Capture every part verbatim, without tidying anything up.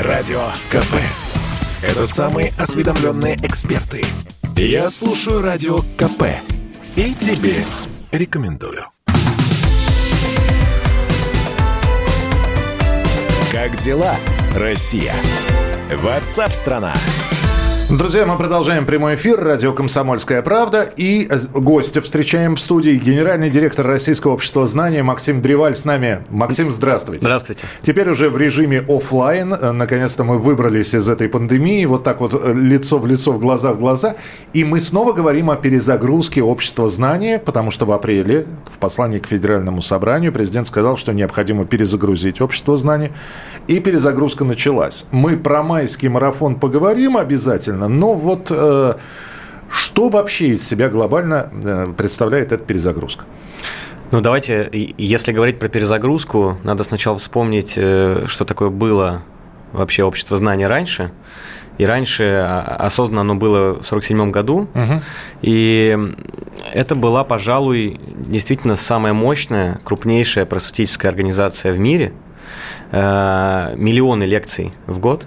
Радио КП. Это самые осведомленные эксперты. Я слушаю Радио КП и тебе рекомендую. Как дела, Россия? WhatsApp-страна. Друзья, мы продолжаем прямой эфир. Радио «Комсомольская правда». И гостя встречаем в студии. Генеральный директор Российского общества знания Максим Древаль с нами. Максим, здравствуйте. Здравствуйте. Теперь уже в режиме офлайн. Наконец-то мы выбрались из этой пандемии. Вот так вот лицо в лицо, в глаза в глаза. И мы снова говорим о перезагрузке общества знания, потому что в апреле в послании к Федеральному собранию президент сказал, что необходимо перезагрузить общество знания. И перезагрузка началась. Мы про майский марафон поговорим обязательно. Но вот э, что вообще из себя глобально э, представляет эта перезагрузка? Ну, давайте, если говорить про перезагрузку, надо сначала вспомнить, что такое было вообще общество знания раньше. И раньше осознанно оно было в сорок седьмом году. Угу. И это была, пожалуй, действительно самая мощная, крупнейшая просветительская организация в мире. Миллионы лекций в год.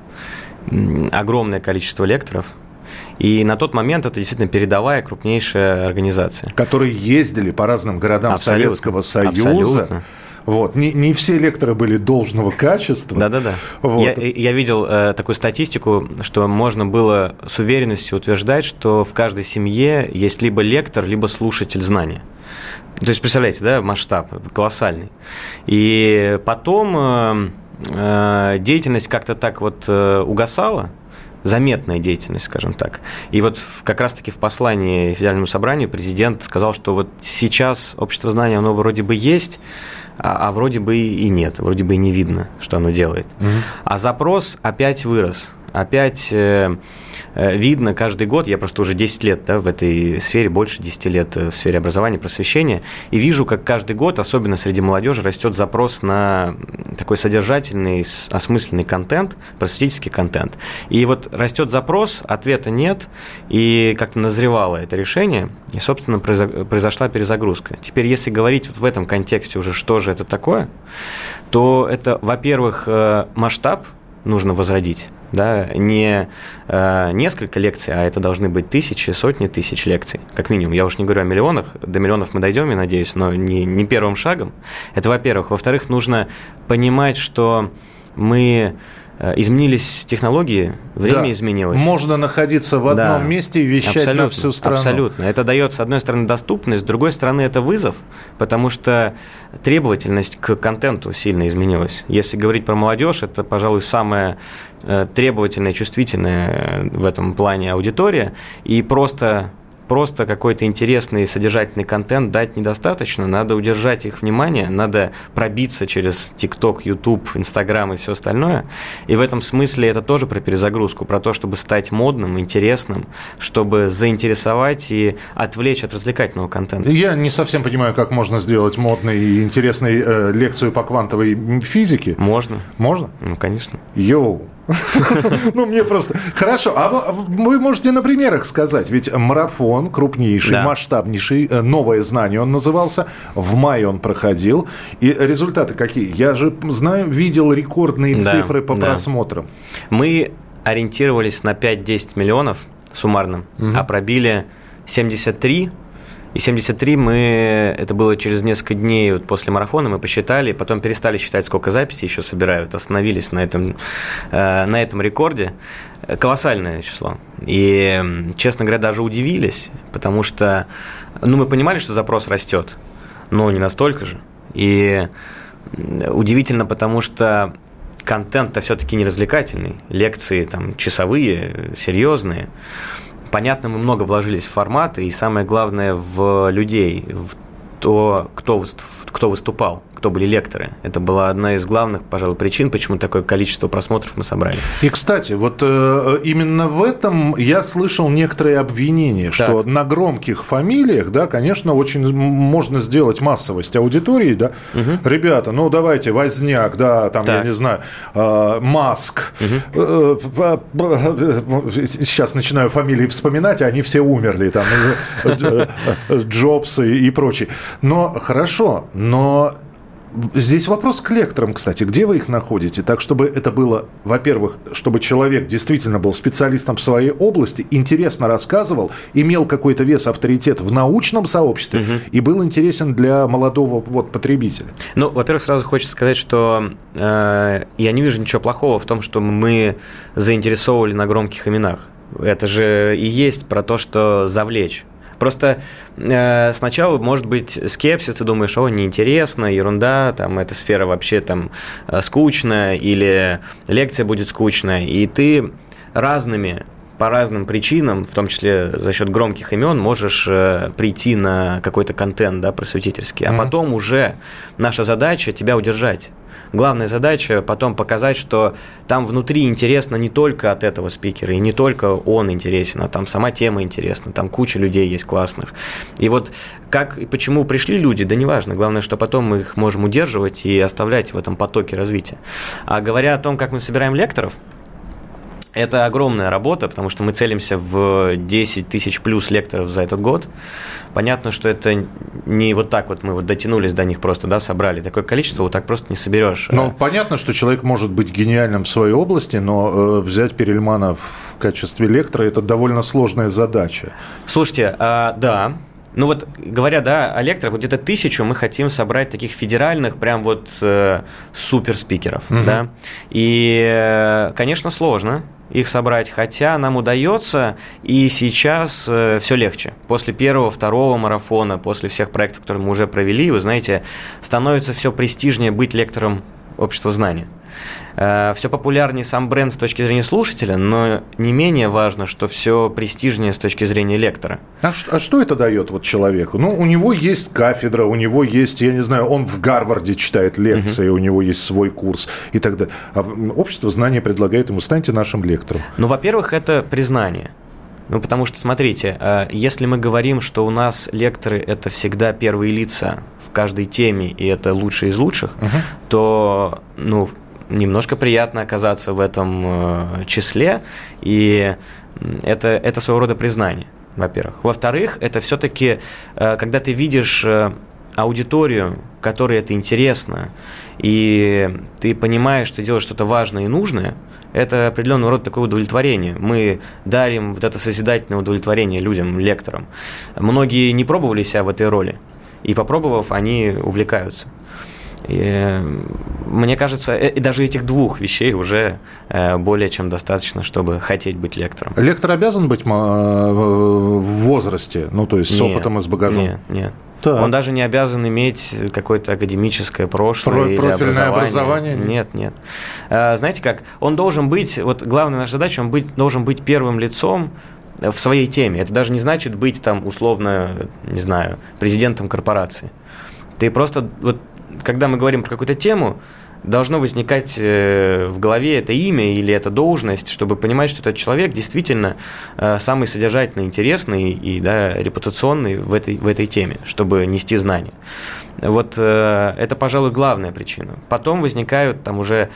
Огромное количество лекторов. И на тот момент это действительно передовая крупнейшая организация. Которые ездили по разным городам Абсолютно. Советского Союза. Абсолютно. Вот. Не, не все лекторы были должного качества. Да-да-да. Вот. Я, я видел э, такую статистику, что можно было с уверенностью утверждать, что в каждой семье есть либо лектор, либо слушатель знания. То есть, представляете, да, масштаб колоссальный. И потом... Э, деятельность как-то так вот э, угасала, заметная деятельность, скажем так. И вот в, как раз-таки в послании Федеральному собранию президент сказал, что вот сейчас общество знания, оно вроде бы есть, а, а вроде бы и нет, вроде бы и не видно, что оно делает. Угу. А запрос опять вырос. Опять э, видно каждый год, я просто уже десять лет да, в этой сфере, больше десяти лет в сфере образования, просвещения, и вижу, как каждый год, особенно среди молодежи, растет запрос на такой содержательный, осмысленный контент, просветительский контент. И вот растет запрос, ответа нет, и как-то назревало это решение, и, собственно, произошла перезагрузка. Теперь, если говорить вот в этом контексте уже, что же это такое, то это, во-первых, масштаб нужно возродить. Да, не э, несколько лекций, а это должны быть тысячи, сотни тысяч лекций, как минимум. Я уж не говорю о миллионах, до миллионов мы дойдем, я надеюсь, но не, не первым шагом. Это, во-первых. Во-вторых, нужно понимать, что мы... Изменились технологии, время да. изменилось. Можно находиться в одном да. месте и вещать абсолютно, на всю страну. Абсолютно. Это дает, с одной стороны, доступность, с другой стороны, это вызов, потому что требовательность к контенту сильно изменилась. Если говорить про молодежь, это, пожалуй, самая требовательная, чувствительная в этом плане аудитория, и просто... Просто какой-то интересный содержательный контент дать недостаточно, надо удержать их внимание, надо пробиться через ТикТок, Ютуб, Инстаграм и все остальное. И в этом смысле это тоже про перезагрузку, про то, чтобы стать модным, интересным, чтобы заинтересовать и отвлечь от развлекательного контента. Я не совсем понимаю, как можно сделать модной и интересной э, лекцию по квантовой физике. Можно. Можно? Ну, конечно. Йоу. Ну, мне просто... Хорошо, а вы можете на примерах сказать, ведь марафон крупнейший, да. масштабнейший, новое знание он назывался, в мае он проходил, и результаты какие? Я же знаю, видел рекордные да, цифры по да. просмотрам. Мы ориентировались на пять-десять миллионов суммарно, угу. а пробили семьдесят три. И семьдесят три мы, это было через несколько дней вот после марафона, мы посчитали, потом перестали считать, сколько записей еще собирают, остановились на этом, э, на этом рекорде. Колоссальное число. И, честно говоря, даже удивились, потому что ну, мы понимали, что запрос растет, но не настолько же. И удивительно, потому что контент-то все-таки не развлекательный, лекции там часовые, серьезные. Понятно, мы много вложились в форматы, и самое главное в людей, в то, кто, кто выступал, кто были лекторы. Это была одна из главных, пожалуй, причин, почему такое количество просмотров мы собрали. И, кстати, вот э, именно в этом я слышал некоторые обвинения, так. что на громких фамилиях, да, конечно, очень можно сделать массовость аудитории, да. Угу. Ребята, ну давайте, Возняк, да, там, так. я не знаю, э, Маск. Угу. Э, э, сейчас начинаю фамилии вспоминать, а они все умерли, там, Джобс и, и прочие. Но хорошо, но Здесь вопрос к лекторам, кстати. Где вы их находите? Так, чтобы это было, во-первых, чтобы человек действительно был специалистом в своей области, интересно рассказывал, имел какой-то вес, авторитет в научном сообществе угу. и был интересен для молодого вот, потребителя. Ну, во-первых, сразу хочется сказать, что э, я не вижу ничего плохого в том, что мы заинтересовывали на громких именах. Это же и есть про то, что завлечь. Просто э, сначала может быть скепсис, ты думаешь, о, неинтересно, ерунда, там, эта сфера вообще там скучная, или лекция будет скучная, и ты разными, по разным причинам, в том числе за счет громких имен, можешь э, прийти на какой-то контент, да, просветительский, а mm-hmm. потом уже наша задача тебя удержать. Главная задача потом показать, что там внутри интересно не только от этого спикера, и не только он интересен, а там сама тема интересна, там куча людей есть классных. И вот как и почему пришли люди, да неважно, главное, что потом мы их можем удерживать и оставлять в этом потоке развития. А говоря о том, как мы собираем лекторов, это огромная работа, потому что мы целимся в десять тысяч плюс лекторов за этот год. Понятно, что это не вот так вот мы вот дотянулись до них просто, да, собрали. Такое количество вот так просто не соберешь. Ну, понятно, что человек может быть гениальным в своей области, но э, взять Перельмана в качестве лектора – это довольно сложная задача. Слушайте, э, да. Ну вот, говоря, да, о лекторах, вот где-то тысячу мы хотим собрать таких федеральных, прям вот э, суперспикеров, угу. да. И, э, конечно, сложно их собрать, хотя нам удается, и сейчас э, все легче. После первого, второго марафона, после всех проектов, которые мы уже провели, вы знаете, становится все престижнее быть лектором общества знания. Э, все популярнее сам бренд с точки зрения слушателя, но не менее важно, что все престижнее с точки зрения лектора. А, а что это дает вот человеку? Ну, у него есть кафедра, у него есть, я не знаю, он в Гарварде читает лекции, uh-huh. у него есть свой курс и так далее. А общество знания предлагает ему: станьте нашим лектором. Ну, во-первых, это признание. Ну, потому что, смотрите, если мы говорим, что у нас лекторы – это всегда первые лица в каждой теме, и это лучшие из лучших, uh-huh. то, ну, немножко приятно оказаться в этом числе, и это, это своего рода признание, во-первых. Во-вторых, это все-таки, когда ты видишь аудиторию, которой это интересно, и ты понимаешь, что делаешь что-то важное и нужное, это определенного рода такое удовлетворение. Мы дарим вот это созидательное удовлетворение людям, лекторам. Многие не пробовали себя в этой роли, и попробовав, они увлекаются. И, мне кажется, и даже этих двух вещей уже более чем достаточно, чтобы хотеть быть лектором. Лектор обязан быть в возрасте, ну, то есть с нет, опытом и с багажом? Нет, нет. Так. Он даже не обязан иметь какое-то академическое прошлое Про- или профильное образование. образование? Нет, нет. Знаете как, он должен быть, вот главная наша задача, он быть, должен быть первым лицом в своей теме. Это даже не значит быть там условно, не знаю, президентом корпорации. Ты просто, вот когда мы говорим про какую-то тему, должно возникать в голове это имя или эта должность, чтобы понимать, что этот человек действительно самый содержательный, интересный и, да, репутационный в этой, в этой теме, чтобы нести знания. Вот это, пожалуй, главная причина. Потом возникают там уже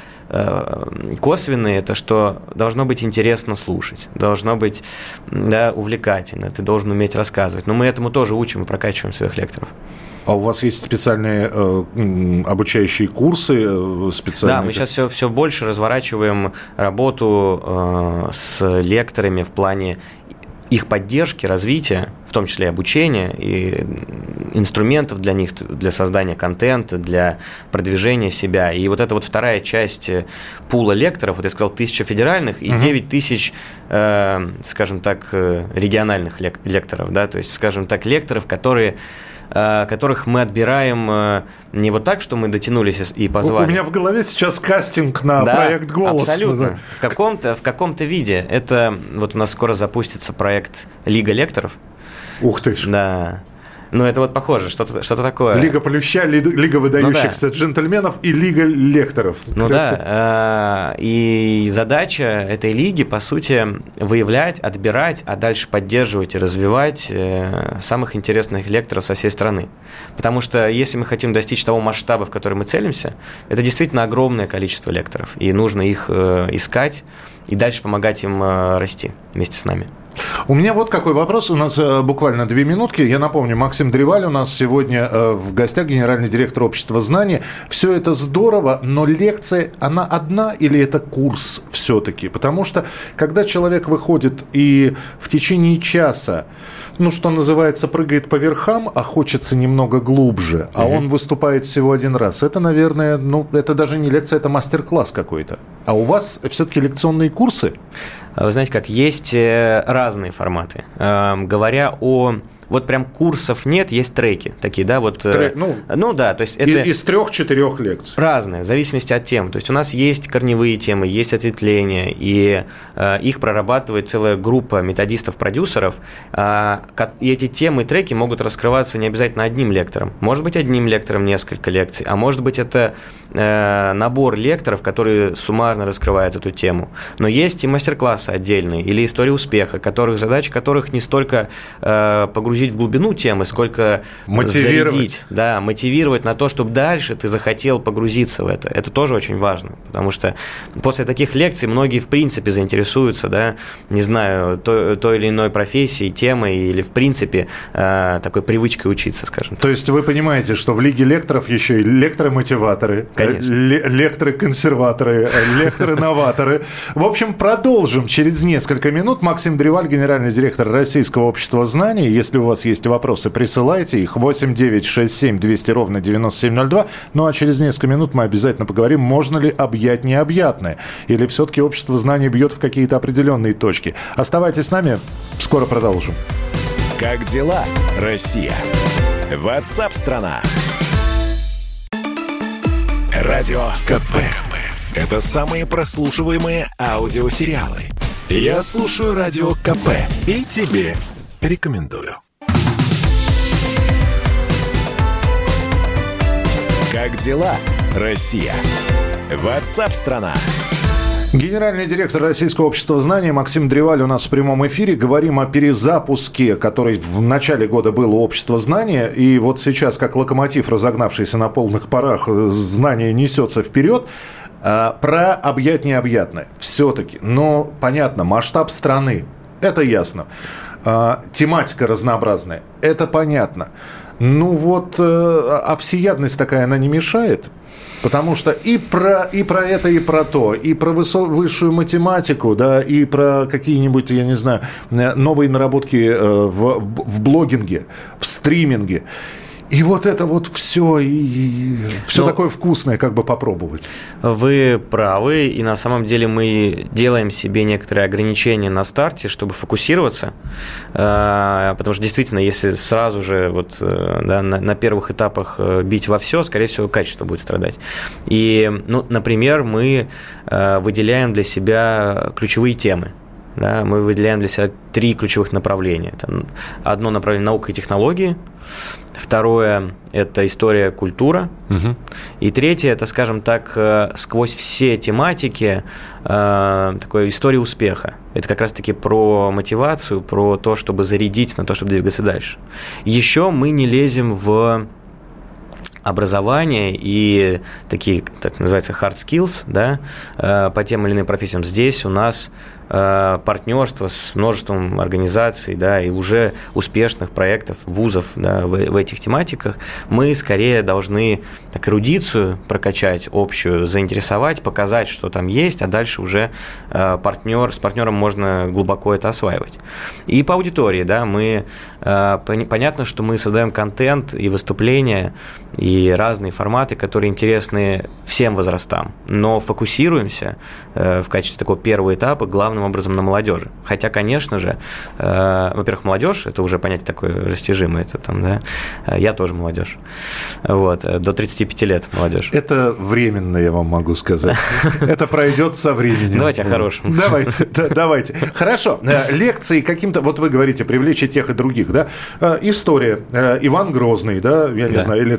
косвенные, это что должно быть интересно слушать, должно быть, да, увлекательно, ты должен уметь рассказывать. Но мы этому тоже учим и прокачиваем своих лекторов. А у вас есть специальные э, обучающие курсы? Специальные... Да, мы сейчас все, все больше разворачиваем работу э, с лекторами в плане их поддержки, развития, в том числе и обучения, и инструментов для них, для создания контента, для продвижения себя. И вот это вот вторая часть пула лекторов, вот я сказал, тысяча федеральных и uh-huh. девять тысяч, э, скажем так, региональных лек- лекторов, да, то есть, скажем так, лекторов, которые... которых мы отбираем не вот так, что мы дотянулись и позвали. У меня в голове сейчас кастинг на да, проект «Голос». Абсолютно. Да. В каком-то, в каком-то виде. Это вот у нас скоро запустится проект «Лига лекторов». Ух ты ж. Да. Ну, это вот похоже, что-то, что-то такое. Лига Плюща, Лига выдающихся ну, да. джентльменов и Лига лекторов. Ну Красиво. Да, и задача этой лиги, по сути, выявлять, отбирать, а дальше поддерживать и развивать самых интересных лекторов со всей страны. Потому что если мы хотим достичь того масштаба, в который мы целимся, это действительно огромное количество лекторов, и нужно их искать и дальше помогать им расти вместе с нами. У меня вот какой вопрос. У нас э, буквально две минутки. Я напомню, Максим Древаль у нас сегодня э, в гостях, генеральный директор Общества знания. Все это здорово, но лекция, она одна или это курс все-таки? Потому что, когда человек выходит и в течение часа, ну, что называется, прыгает по верхам, а хочется немного глубже, а mm-hmm. он выступает всего один раз, это, наверное, ну, это даже не лекция, это мастер-класс какой-то. А у вас все-таки лекционные курсы? Вы знаете как, есть разные форматы. Говоря о... Вот прям курсов нет, есть треки такие, да, вот. Трек, ну, ну да, то есть это из трех-четырех лекций. Разные, в зависимости от тем. То есть у нас есть корневые темы, есть ответвления, и э, их прорабатывает целая группа методистов-продюсеров. Э, и эти темы и треки могут раскрываться не обязательно одним лектором. Может быть, одним лектором несколько лекций, а может быть, это э, набор лекторов, которые суммарно раскрывают эту тему. Но есть и мастер-классы отдельные, или истории успеха, которых, задача которых не столько э, погрузить в глубину темы, сколько зарядить, да, мотивировать на то, чтобы дальше ты захотел погрузиться в это. Это тоже очень важно, потому что после таких лекций многие в принципе заинтересуются, да, не знаю, той, той или иной профессией, темой или в принципе э, такой привычкой учиться, скажем так. То есть вы понимаете, что в Лиге лекторов еще и лекторы-мотиваторы, лекторы-консерваторы, лекторы-новаторы. В общем, продолжим через несколько минут. Максим Древаль, генеральный директор Российского общества знаний. Если у вас есть вопросы, присылайте их. восемь девятьсот шестьдесят семь двести ровно девяносто семь ноль два. Ну а через несколько минут мы обязательно поговорим, можно ли объять необъятное. Или все-таки общество знаний бьет в какие-то определенные точки. Оставайтесь с нами, скоро продолжим. Как дела, Россия? Ватсап-страна! Радио КП. Это самые прослушиваемые аудиосериалы. Я слушаю Радио КП и тебе рекомендую. Как дела, Россия? Ватсап-страна! Генеральный директор Российского общества знаний Максим Древаль у нас в прямом эфире. Говорим о перезапуске, который в начале года был у Общества знания. И вот сейчас, как локомотив, разогнавшийся на полных парах, знание несется вперед. Про объять необъятное. Все-таки. Но, понятно, масштаб страны. Это ясно. Тематика разнообразная. Это понятно. Ну вот, а всеядность такая, она не мешает? Потому что и про, и про это, и про то, и про высо- высшую математику, да, и про какие-нибудь, я не знаю, новые наработки в, в блогинге, в стриминге. И вот это вот все, и, и все Но такое вкусное, как бы попробовать. Вы правы, и на самом деле мы делаем себе некоторые ограничения на старте, чтобы фокусироваться, потому что действительно, если сразу же вот, да, на, на первых этапах бить во все, скорее всего, качество будет страдать. И, ну, например, мы выделяем для себя ключевые темы. Да, мы выделяем для себя три ключевых направления. Это одно направление – наука и технологии, второе – это история, культура, угу. и третье – это, скажем так, сквозь все тематики такой история успеха. Это как раз-таки про мотивацию, про то, чтобы зарядить на то, чтобы двигаться дальше. Еще мы не лезем в образование и такие, так называется, hard skills, да, по тем или иным профессиям. Здесь у нас партнерство с множеством организаций, да, и уже успешных проектов, вузов, да, в, в этих тематиках. Мы скорее должны так, эрудицию прокачать общую, заинтересовать, показать, что там есть, а дальше уже партнер, с партнером можно глубоко это осваивать. И по аудитории, да, мы, понятно, что мы создаем контент и выступления, и разные форматы, которые интересны всем возрастам, но фокусируемся в качестве такого первого этапа главным образом на молодежи. Хотя, конечно же, э, во-первых, молодежь, это уже понятие такое растяжимое, это там, да, я тоже молодежь, вот, до тридцати пяти лет молодежь. Это временно, я вам могу сказать. Это пройдет со временем. Давайте о хорошем. Давайте, давайте. Хорошо. Лекции каким-то, вот вы говорите, привлечь и тех, и других, да? История. Иван Грозный, да, я не знаю, или там Смута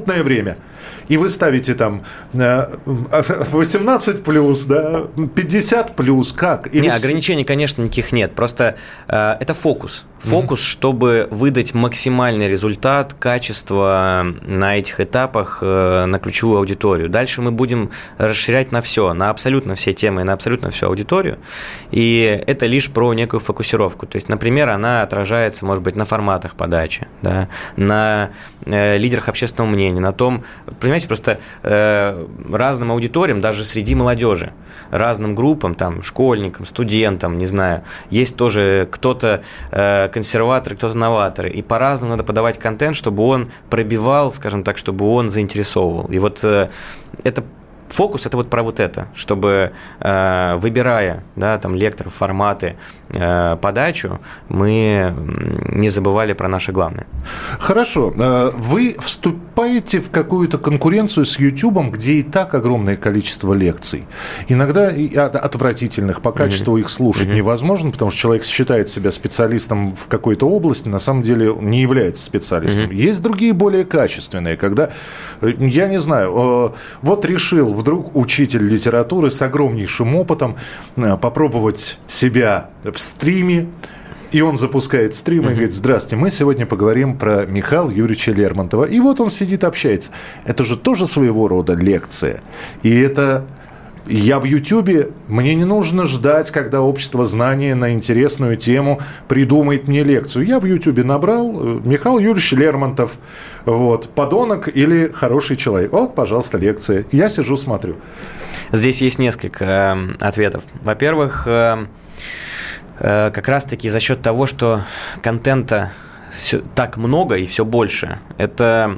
смутное время. И вы ставите там восемнадцать плюс, да, пятьдесят плюс, как? Или не, в... ограничений, конечно, никаких нет. Просто э, это фокус. Фокус, mm-hmm. чтобы выдать максимальный результат, качество на этих этапах э, на ключевую аудиторию. Дальше мы будем расширять на все, на абсолютно все темы, на абсолютно всю аудиторию. И это лишь про некую фокусировку. То есть, например, она отражается, может быть, на форматах подачи, да, на э, лидерах общественного мнения, на том, понимаете, просто э, разным аудиториям, даже среди молодежи, разным группам, там, школьникам, студентам, не знаю, есть тоже кто-то э, консерваторы, кто-то новаторы, и по-разному надо подавать контент, чтобы он пробивал, скажем так, чтобы он заинтересовывал. И вот э, это фокус – это вот про вот это, чтобы, э, выбирая, да, там, лекторов, форматы, э, подачу, мы не забывали про наше главное. Хорошо. Вы вступаете в какую-то конкуренцию с Ютубом, где и так огромное количество лекций. Иногда отвратительных, по качеству mm-hmm. их слушать mm-hmm. невозможно, потому что человек считает себя специалистом в какой-то области, на самом деле не является специалистом. Mm-hmm. Есть другие более качественные, когда, я не знаю, вот решил вдруг учитель литературы с огромнейшим опытом попробовать себя в стриме, и он запускает стрим mm-hmm. и говорит: здравствуйте, мы сегодня поговорим про Михаила Юрьевича Лермонтова. И вот он сидит, общается. Это же тоже своего рода лекция. И это... Я в Ютьюбе, мне не нужно ждать, когда общество знания на интересную тему придумает мне лекцию. Я в Ютьюбе набрал Михаил Юрьевич Лермонтов, вот, подонок или хороший человек. Вот, пожалуйста, лекция. Я сижу, смотрю. Здесь есть несколько э, ответов. Во-первых, э, э, как раз-таки за счет того, что контента все, так много и все больше, это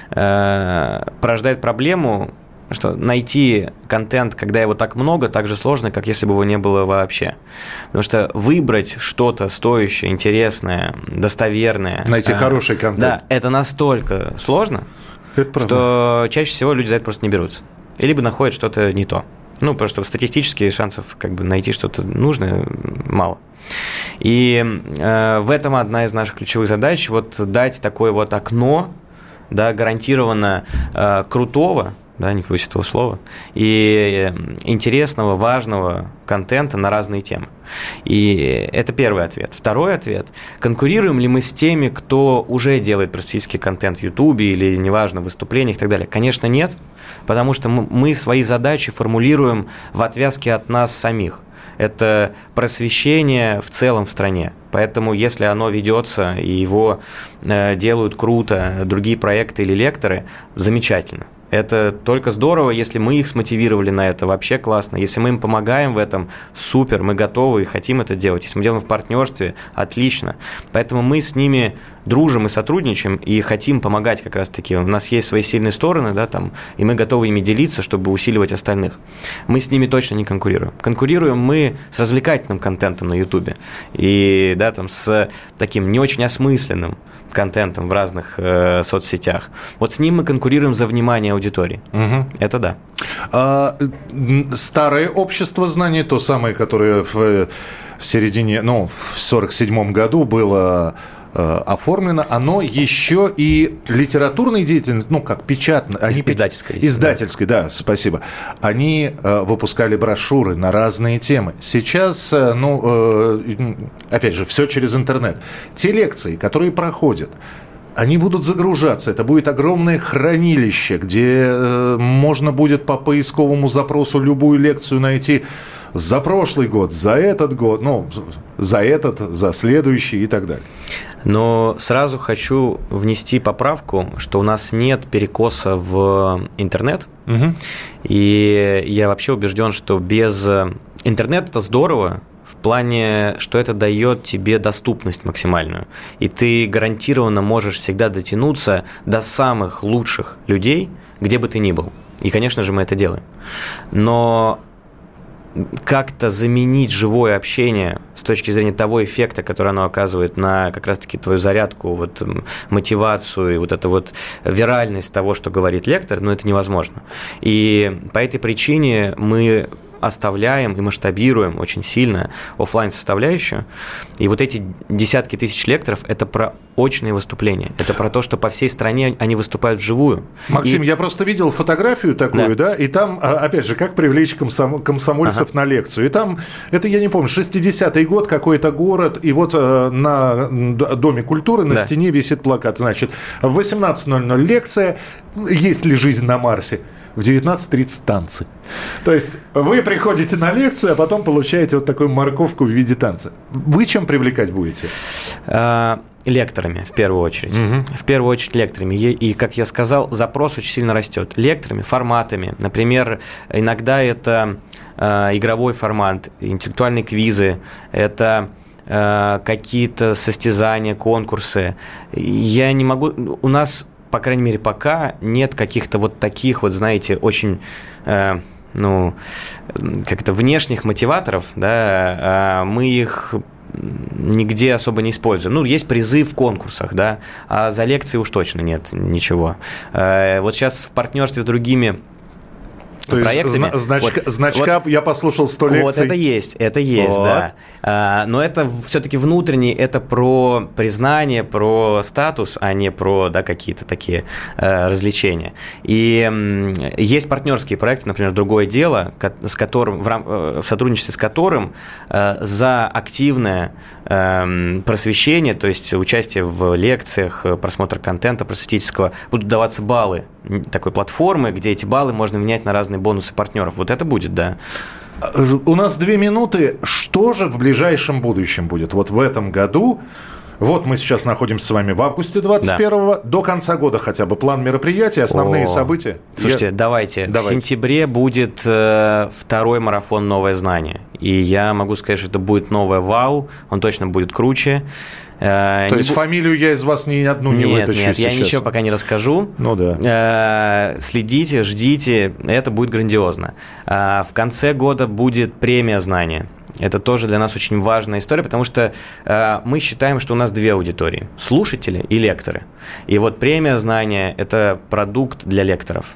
э, порождает проблему, что найти контент, когда его так много, так же сложно, как если бы его не было вообще. Потому что выбрать что-то стоящее, интересное, достоверное... Найти э, хороший контент. Да, это настолько сложно, это что чаще всего люди за это просто не берутся. Либо находят что-то не то. Ну, потому что статистически шансов как бы найти что-то нужное мало. И э, в этом одна из наших ключевых задач, вот дать такое вот окно, да, гарантированно э, крутого, да, не побоюсь этого слова, и интересного, важного контента на разные темы. И это первый ответ. Второй ответ. Конкурируем ли мы с теми, кто уже делает просветительский контент в Ютубе или, неважно, в выступлениях и так далее? Конечно, нет, потому что мы свои задачи формулируем в отвязке от нас самих. Это просвещение в целом в стране. Поэтому, если оно ведется и его э, делают круто другие проекты или лекторы, замечательно. Это только здорово, если мы их смотивировали на это, вообще классно. Если мы им помогаем в этом, супер, мы готовы и хотим это делать. Если мы делаем в партнерстве, отлично. Поэтому мы с ними дружим и сотрудничаем, и хотим помогать как раз-таки. У нас есть свои сильные стороны, да, там, и мы готовы ими делиться, чтобы усиливать остальных. Мы с ними точно не конкурируем. Конкурируем мы с развлекательным контентом на Ютубе. И, да, там, с таким не очень осмысленным контентом в разных э, соцсетях. Вот с ним мы конкурируем за внимание аудитории. Угу. Это да. А, старое общество знаний, то самое, которое в, в середине, ну, в сорок седьмом году было э, оформлено, оно еще и литературной деятельностью, ну, как печатно. Они, издательской. Издательской, да. да, спасибо. Они э, выпускали брошюры на разные темы. Сейчас, э, ну, э, опять же, все через интернет. Те лекции, которые проходят, они будут загружаться. Это будет огромное хранилище, где э, можно будет по поисковому запросу любую лекцию найти за прошлый год, за этот год, ну, за этот, за следующий и так далее. Но сразу хочу внести поправку, что у нас нет перекоса в интернет. Угу. И я вообще убежден, что без интернета это здорово, в плане, что это дает тебе доступность максимальную. И ты гарантированно можешь всегда дотянуться до самых лучших людей, где бы ты ни был. И, конечно же, мы это делаем. Но как-то заменить живое общение с точки зрения того эффекта, который оно оказывает на как раз-таки твою зарядку, вот, мотивацию и вот эту вот виральность того, что говорит лектор, ну, это невозможно. И по этой причине мы оставляем и масштабируем очень сильно офлайн-составляющую. И вот эти десятки тысяч лекторов – это про очные выступления. Это про то, что по всей стране они выступают вживую. Максим, и... я просто видел фотографию такую, да, да и там, опять же, как привлечь комсом... комсомольцев ага. на лекцию. И там, это я не помню, шестидесятый год, какой-то город, и вот э, на Доме культуры на да. стене висит плакат, значит, в восемнадцать ноль ноль лекция «Есть ли жизнь на Марсе?». В девятнадцать тридцать танцы. То есть вы приходите на лекцию, а потом получаете вот такую морковку в виде танца. Вы чем привлекать будете? Лекторами, в первую очередь. Угу. В первую очередь лекторами. И, как я сказал, запрос очень сильно растет. Лекторами, форматами. Например, иногда это э, игровой формат, интеллектуальные квизы, это э, какие-то состязания, конкурсы. Я не могу... У нас... По крайней мере, пока нет каких-то вот таких вот, знаете, очень, э, ну, как-то внешних мотиваторов, да, э, мы их нигде особо не используем. Ну, есть призы в конкурсах, да, а за лекции уж точно нет ничего. Э, вот сейчас в партнерстве с другими То проектами. Есть значка, вот, значка вот, я послушал сто лекций. Вот это есть, это есть, вот. да. А, но это все-таки внутренне, это про признание, про статус, а не про да, какие-то такие а, развлечения. И м, есть партнерские проекты, например, «Другое дело», с которым, в, рам, в сотрудничестве с которым а, за активное а, просвещение, то есть участие в лекциях, просмотр контента просветительского, будут даваться баллы такой платформы, где эти баллы можно менять на разные бонусы партнеров. Вот это будет, да. У нас две минуты. Что же в ближайшем будущем будет? Вот в этом году, вот мы сейчас находимся с вами в августе двадцать первого, да. До конца года хотя бы план мероприятий, основные О, события. Слушайте, я... давайте. давайте. В сентябре будет э, второй марафон «Новое знание». И я могу сказать, что это будет новое вау, он точно будет круче. То не есть бу... фамилию я из вас ни одну не нет, вытащу нет, сейчас. Я ничего пока не расскажу. Ну да. Следите, ждите, это будет грандиозно. В конце года будет премия знания. Это тоже для нас очень важная история, потому что э, мы считаем, что у нас две аудитории – слушатели и лекторы. И вот премия знания – это продукт для лекторов.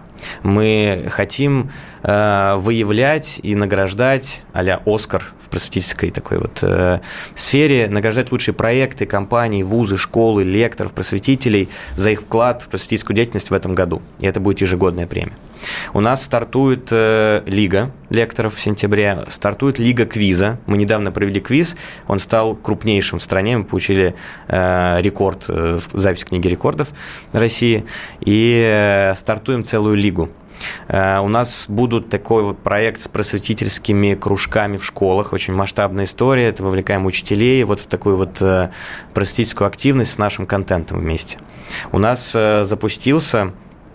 Мы хотим э, выявлять и награждать а-ля «Оскар» в просветительской такой вот э, сфере, награждать лучшие проекты, компании, вузы, школы, лекторов, просветителей за их вклад в просветительскую деятельность в этом году. И это будет ежегодная премия. У нас стартует э, Лига лекторов в сентябре, стартует Лига квиза. Мы недавно провели квиз, он стал крупнейшим в стране, мы получили э, рекорд э, в записи книги рекордов России, и э, стартуем целую лигу. Uh, у нас будут такой вот проект с просветительскими кружками в школах, очень масштабная история, это вовлекаем учителей вот в такую вот uh, просветительскую активность с нашим контентом вместе. У нас uh, запустился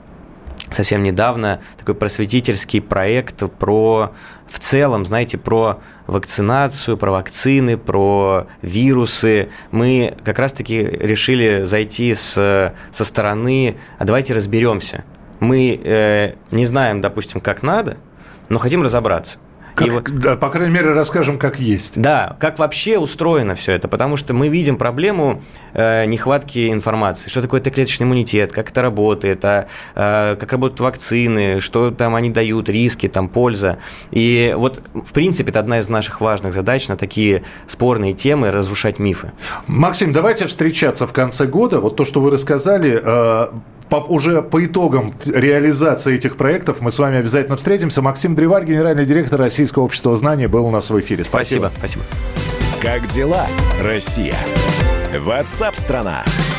совсем недавно такой просветительский проект про, в целом, знаете, про вакцинацию, про вакцины, про вирусы. Мы как раз-таки решили зайти с, со стороны, а давайте разберемся. Мы э, не знаем, допустим, как надо, но хотим разобраться. Как, и, да, по крайней мере, расскажем, как есть. Да, как вообще устроено все это, потому что мы видим проблему э, нехватки информации. Что такое Т-клеточный иммунитет, как это работает, а, э, как работают вакцины, что там они дают, риски, там, польза. И вот, в принципе, это одна из наших важных задач на такие спорные темы – разрушать мифы. Максим, давайте встречаться в конце года. Вот то, что вы рассказали, э, по, уже по итогам реализации этих проектов мы с вами обязательно встретимся. Максим Древаль, генеральный директор Российского общества знаний, был у нас в эфире. Спасибо. Спасибо. Спасибо. Как дела, Россия? WhatsApp-страна.